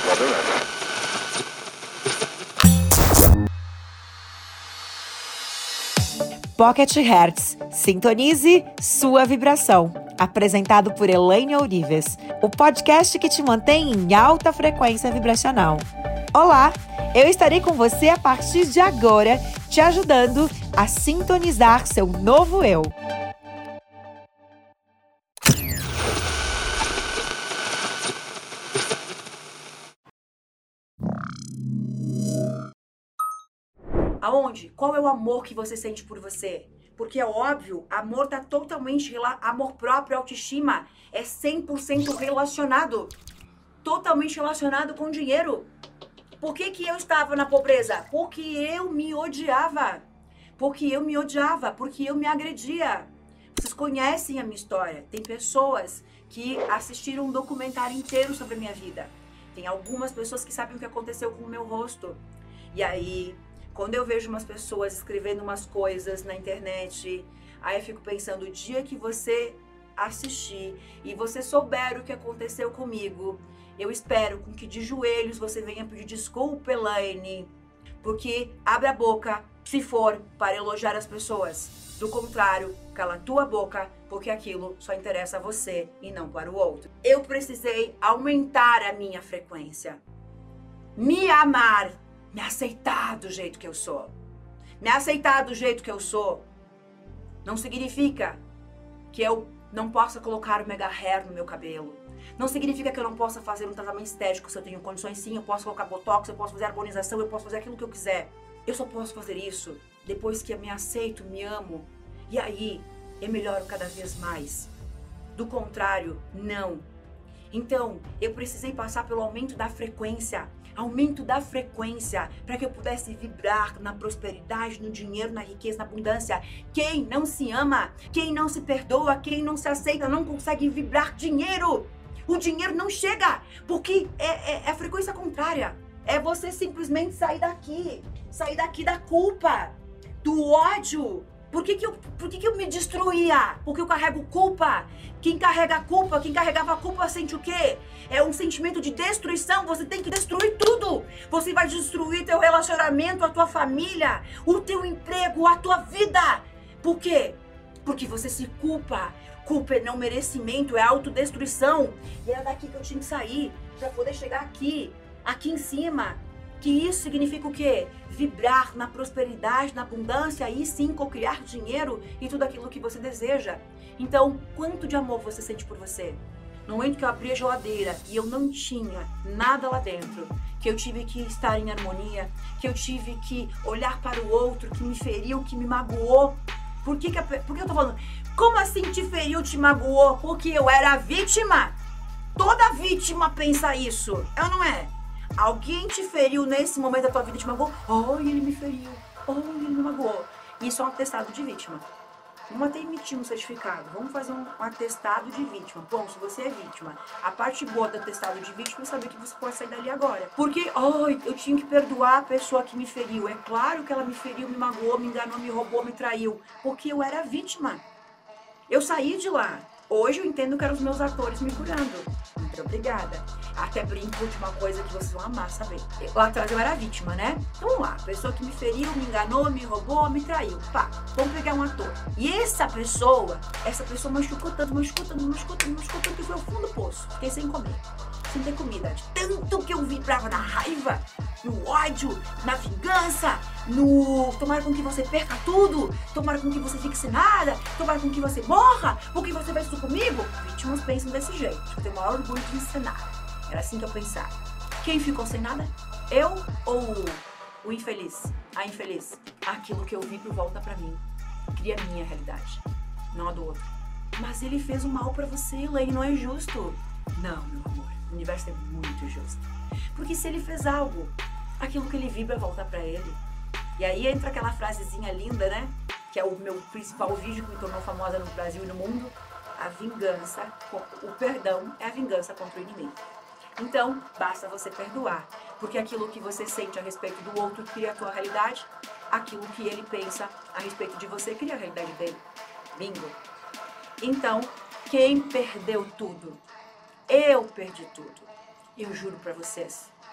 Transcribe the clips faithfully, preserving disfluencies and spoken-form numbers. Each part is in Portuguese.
Pocket Hertz. Sintonize sua vibração. Apresentado por Elaine Ourives, o podcast que te mantém em alta frequência vibracional. Olá, eu estarei com você a partir de agora, te ajudando a sintonizar seu novo eu. Aonde? Qual é o amor que você sente por você? Porque é óbvio, amor tá totalmente, amor próprio, autoestima, é cem por cento relacionado, totalmente relacionado com dinheiro. Por que que eu estava na pobreza? Porque eu me odiava, porque eu me odiava, porque eu me agredia. Vocês conhecem a minha história, tem pessoas que assistiram um documentário inteiro sobre a minha vida. Tem algumas pessoas que sabem o que aconteceu com o meu rosto. E aí... Quando eu vejo umas pessoas escrevendo umas coisas na internet, aí eu fico pensando, o dia que você assistir e você souber o que aconteceu comigo, eu espero com que de joelhos você venha pedir desculpa, Elaine, porque abre a boca se for para elogiar as pessoas. Do contrário, cala a tua boca, porque aquilo só interessa a você e não para o outro. Eu precisei aumentar a minha frequência, me amar, me aceitar do jeito que eu sou. Me aceitar do jeito que eu sou não significa que eu não possa colocar o mega hair no meu cabelo. Não significa que eu não possa fazer um tratamento estético se eu tenho condições. Sim, eu posso colocar botox, eu posso fazer harmonização, eu posso fazer aquilo que eu quiser. Eu só posso fazer isso depois que eu me aceito, me amo. E aí, eu melhoro cada vez mais. Do contrário, não. Então, eu precisei passar pelo aumento da frequência. Aumento da frequência, para que eu pudesse vibrar na prosperidade, no dinheiro, na riqueza, na abundância. Quem não se ama, quem não se perdoa, quem não se aceita, não consegue vibrar dinheiro. O dinheiro não chega, porque é, é, é a frequência contrária. É você simplesmente sair daqui, sair daqui da culpa, do ódio. Por que que eu, por que que eu me destruía? Porque eu carrego culpa. Quem carrega a culpa, quem carregava a culpa sente o quê? É um sentimento de destruição. Você tem que destruir tudo. Você vai destruir teu relacionamento, a tua família, o teu emprego, a tua vida. Por quê? Porque você se culpa. Culpa é não merecimento, é autodestruição. E era daqui que eu tinha que sair para poder chegar aqui, aqui em cima. Que isso significa o quê? Vibrar na prosperidade, na abundância, e sim cocriar dinheiro e tudo aquilo que você deseja. Então, quanto de amor você sente por você? No momento que eu abri a geladeira e eu não tinha nada lá dentro, que eu tive que estar em harmonia, que eu tive que olhar para o outro, que me feriu, que me magoou. Por que, que, a, por que eu tô falando? Como assim te feriu, te magoou? Porque eu era a vítima? Toda vítima pensa isso, é ou não é? Alguém te feriu nesse momento da tua vida e te magoou? Oh, ele me feriu. Oh, ele me magoou. Isso é um atestado de vítima. Vamos até emitir um certificado. Vamos fazer um, um atestado de vítima. Bom, se você é vítima, a parte boa do atestado de vítima é saber que você pode sair dali agora. Porque, oh, eu tinha que perdoar a pessoa que me feriu. É claro que ela me feriu, me magoou, me enganou, me roubou, me traiu. Porque eu era vítima. Eu saí de lá. Hoje eu entendo que eram os meus atores me curando. Muito obrigada. Até brinco de uma coisa que vocês vão amar saber. Lá atrás eu era vítima, né? Então vamos lá. A pessoa que me feriu, me enganou, me roubou, me traiu. Pá, vamos pegar um ator. E essa pessoa, essa pessoa machucou tanto, machucou tanto, machucou tanto, machucou tanto que foi ao fundo do poço. Fiquei sem comer. Sem ter comida. De tanto que eu vibrava na raiva, no ódio, na vingança, no tomara com que você perca tudo, tomara com que você fique sem nada, tomara com que você morra, porque você vai tudo comigo. Vítimas pensam desse jeito. Eu tenho o maior orgulho de ensinar. Era assim que eu pensava. Quem ficou sem nada? Eu ou o infeliz? A infeliz? Aquilo que eu vibro volta pra mim. Cria a minha realidade, não a do outro. Mas ele fez o mal pra você, Elaine, não é justo. Não, meu amor. O universo é muito justo. Porque se ele fez algo, aquilo que ele vibra volta pra ele. E aí entra aquela frasezinha linda, né? Que é o meu principal vídeo que me tornou famosa no Brasil e no mundo. A vingança, o perdão é a vingança contra o inimigo. Então, basta você perdoar. Porque aquilo que você sente a respeito do outro cria a tua realidade. Aquilo que ele pensa a respeito de você cria a realidade dele. Bingo. Então, quem perdeu tudo? Eu perdi tudo. Eu juro pra vocês.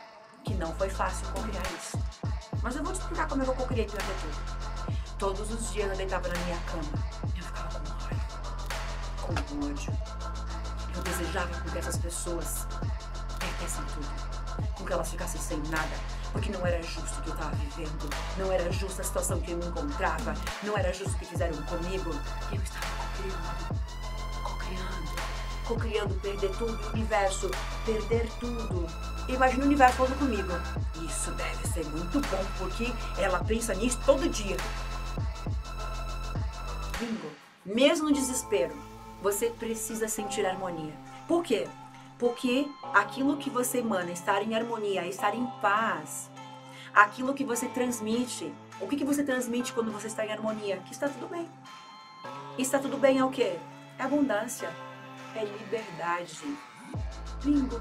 que não foi fácil cocriar isso. Mas eu vou te explicar como é que eu cocriei perder tudo. Todos os dias eu deitava na minha cama. Eu ficava com raiva, com ódio. Eu desejava com que essas pessoas perdessem tudo. Com que elas ficassem sem nada. Porque não era justo o que eu estava vivendo. Não era justa a situação que eu me encontrava. Não era justo o que fizeram comigo. E eu estava cocriando. Cocriando. Cocriando perder tudo. O universo perder tudo. Imagina o universo falando comigo. Isso deve ser muito bom. Porque ela pensa nisso todo dia. Bingo. Mesmo no desespero, você precisa sentir harmonia. Por quê? Porque aquilo que você emana, estar em harmonia, estar em paz, aquilo que você transmite, o que, que você transmite quando você está em harmonia? Que está tudo bem. Está tudo bem é o quê? É abundância, é liberdade. Bingo.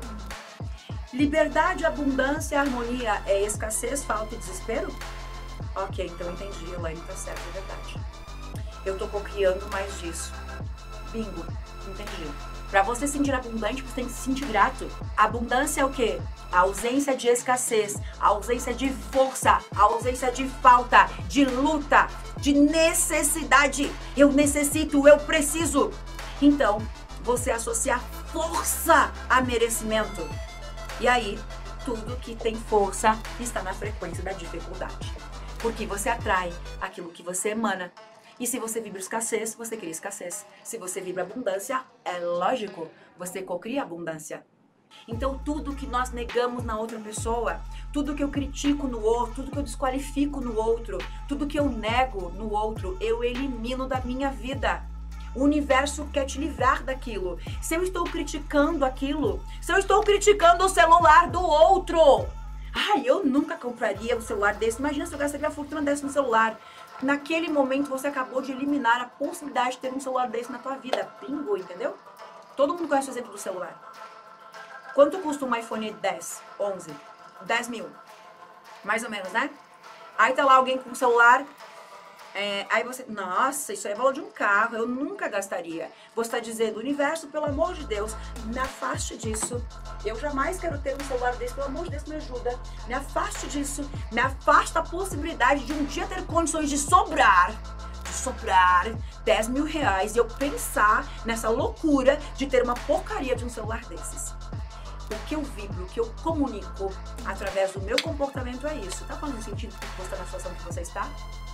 Liberdade, abundância, harmonia é escassez, falta e desespero? Ok, então entendi, Elaine, tá certo, é verdade. Eu tô cocriando mais disso. Bingo, entendi. Pra você sentir abundante, você tem que se sentir grato. Abundância é o quê? A ausência de escassez, a ausência de força, a ausência de falta, de luta, de necessidade. Eu necessito, eu preciso. Então, você associa força a merecimento. E aí, tudo que tem força está na frequência da dificuldade. Porque você atrai aquilo que você emana. E se você vibra escassez, você cria escassez. Se você vibra abundância, é lógico, você cocria abundância. Então, tudo que nós negamos na outra pessoa, tudo que eu critico no outro, tudo que eu desqualifico no outro, tudo que eu nego no outro, eu elimino da minha vida. O universo quer te livrar daquilo. Se eu estou criticando aquilo, se eu estou criticando o celular do outro, ai, eu nunca compraria um celular desse. Imagina se eu gastaria a fortuna desse no celular. Naquele momento você acabou de eliminar a possibilidade de ter um celular desse na tua vida. Bingo, entendeu? Todo mundo conhece o exemplo do celular. Quanto custa um iPhone dez, onze, dez mil? Mais ou menos, né? Aí tá lá alguém com um celular, é, aí você, nossa, isso aí é valor de um carro, eu nunca gastaria. Você tá dizendo, universo, pelo amor de Deus, me afaste disso. Eu jamais quero ter um celular desse, pelo amor de Deus, me ajuda. Me afaste disso, me afaste da possibilidade de um dia ter condições de sobrar, de sobrar dez mil reais e eu pensar nessa loucura de ter uma porcaria de um celular desses. O que eu vibro, o que eu comunico através do meu comportamento é isso. Tá fazendo sentido que você está na situação que você está?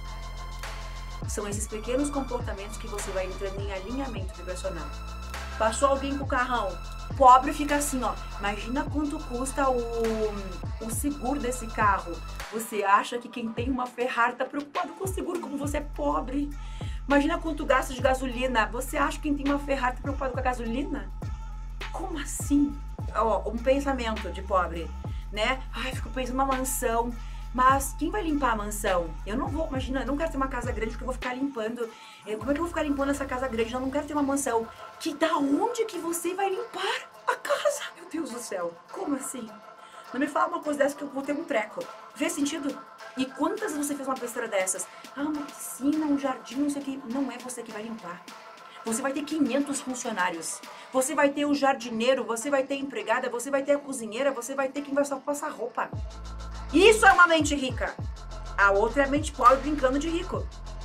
São esses pequenos comportamentos que você vai entrando em alinhamento vibracional. Passou alguém com o carrão, pobre fica assim, ó. Imagina quanto custa o, o seguro desse carro. Você acha que quem tem uma Ferrari tá preocupado com o seguro, como você é pobre. Imagina quanto gasta de gasolina. Você acha que quem tem uma Ferrari tá preocupado com a gasolina? Como assim? Ó, um pensamento de pobre, né? Ai, fico pensando numa mansão. Mas quem vai limpar a mansão? Eu não vou, imagina, eu não quero ter uma casa grande porque eu vou ficar limpando. Como é que eu vou ficar limpando essa casa grande? Eu não quero ter uma mansão. Que da onde que você vai limpar a casa? Meu Deus do céu, como assim? Não me fala uma coisa dessa que eu vou ter um treco. Vê sentido? E quantas vezes você fez uma besteira dessas? Ah, uma piscina, um jardim, não sei o que. Não é você que vai limpar. Você vai ter quinhentos funcionários. Você vai ter o jardineiro, você vai ter a empregada, você vai ter a cozinheira, você vai ter quem vai só passar roupa. Isso é uma mente rica. A outra é a mente pobre brincando de rico.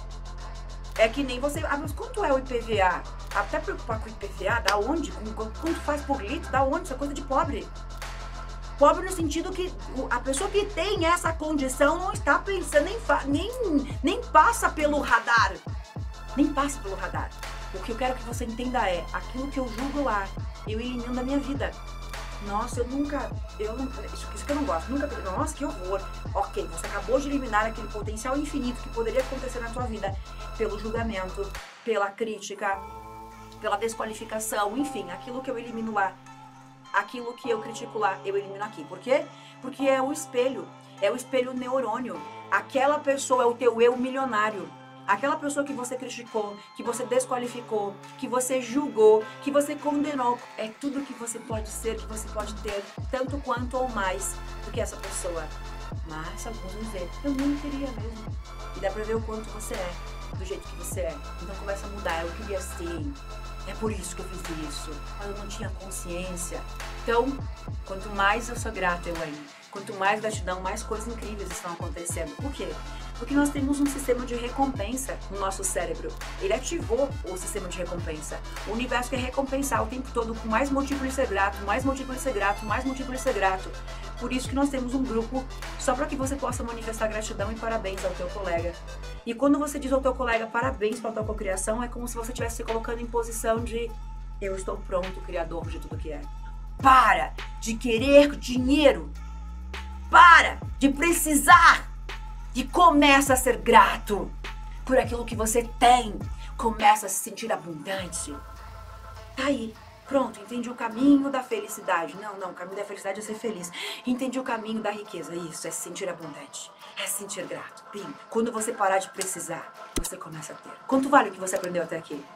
É que nem você... Ah, mas quanto é o I P V A? Até preocupar com o I P V A, da onde? Quanto faz por litro? Da onde? Isso é coisa de pobre. Pobre no sentido que a pessoa que tem essa condição não está pensando, nem, nem, nem passa pelo radar. Nem passa pelo radar. O que eu quero que você entenda é, aquilo que eu julgo lá, eu elimino da minha vida. Nossa, eu nunca, eu não, isso, isso que eu não gosto, nunca, nossa, que horror. Ok, você acabou de eliminar aquele potencial infinito que poderia acontecer na tua vida pelo julgamento, pela crítica, pela desqualificação, enfim, aquilo que eu elimino lá, aquilo que eu critico lá, eu elimino aqui. Por quê? Porque é o espelho, é o espelho neurônio. Aquela pessoa é o teu eu milionário. Aquela pessoa que você criticou, que você desqualificou, que você julgou, que você condenou, é tudo que você pode ser, que você pode ter, tanto quanto ou mais do que essa pessoa. Mas alguns vão dizer, eu não queria mesmo. E dá pra ver o quanto você é, do jeito que você é. Então começa a mudar, eu queria ser, é por isso que eu fiz isso, mas eu não tinha consciência. Então, quanto mais eu sou grata, Elaine, Quanto mais gratidão, mais coisas incríveis estão acontecendo. Por quê? Porque nós temos um sistema de recompensa no nosso cérebro. Ele ativou o sistema de recompensa. O universo quer recompensar o tempo todo com mais motivo de ser grato, mais motivo de ser grato, mais motivo de ser grato. Por isso que nós temos um grupo só para que você possa manifestar gratidão e parabéns ao teu colega. E quando você diz ao teu colega parabéns pela tua cocriação, é como se você estivesse se colocando em posição de eu estou pronto, criador de tudo que é. Para de querer dinheiro. Para de precisar. E começa a ser grato por aquilo que você tem. Começa a se sentir abundante. Tá aí. Pronto, entendi o caminho da felicidade. Não, não, o caminho da felicidade é ser feliz. Entendi o caminho da riqueza. Isso, é se sentir abundante. É se sentir grato. Bim. Quando você parar de precisar, você começa a ter. Quanto vale o que você aprendeu até aqui?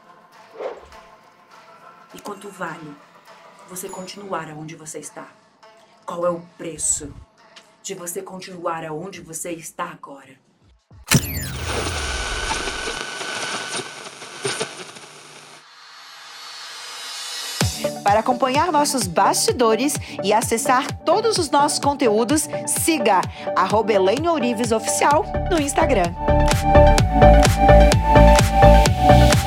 E quanto vale você continuar aonde você está? Qual é o preço de você continuar aonde você está agora? Para acompanhar nossos bastidores e acessar todos os nossos conteúdos, siga arroba Elaine Ourives Oficial no Instagram.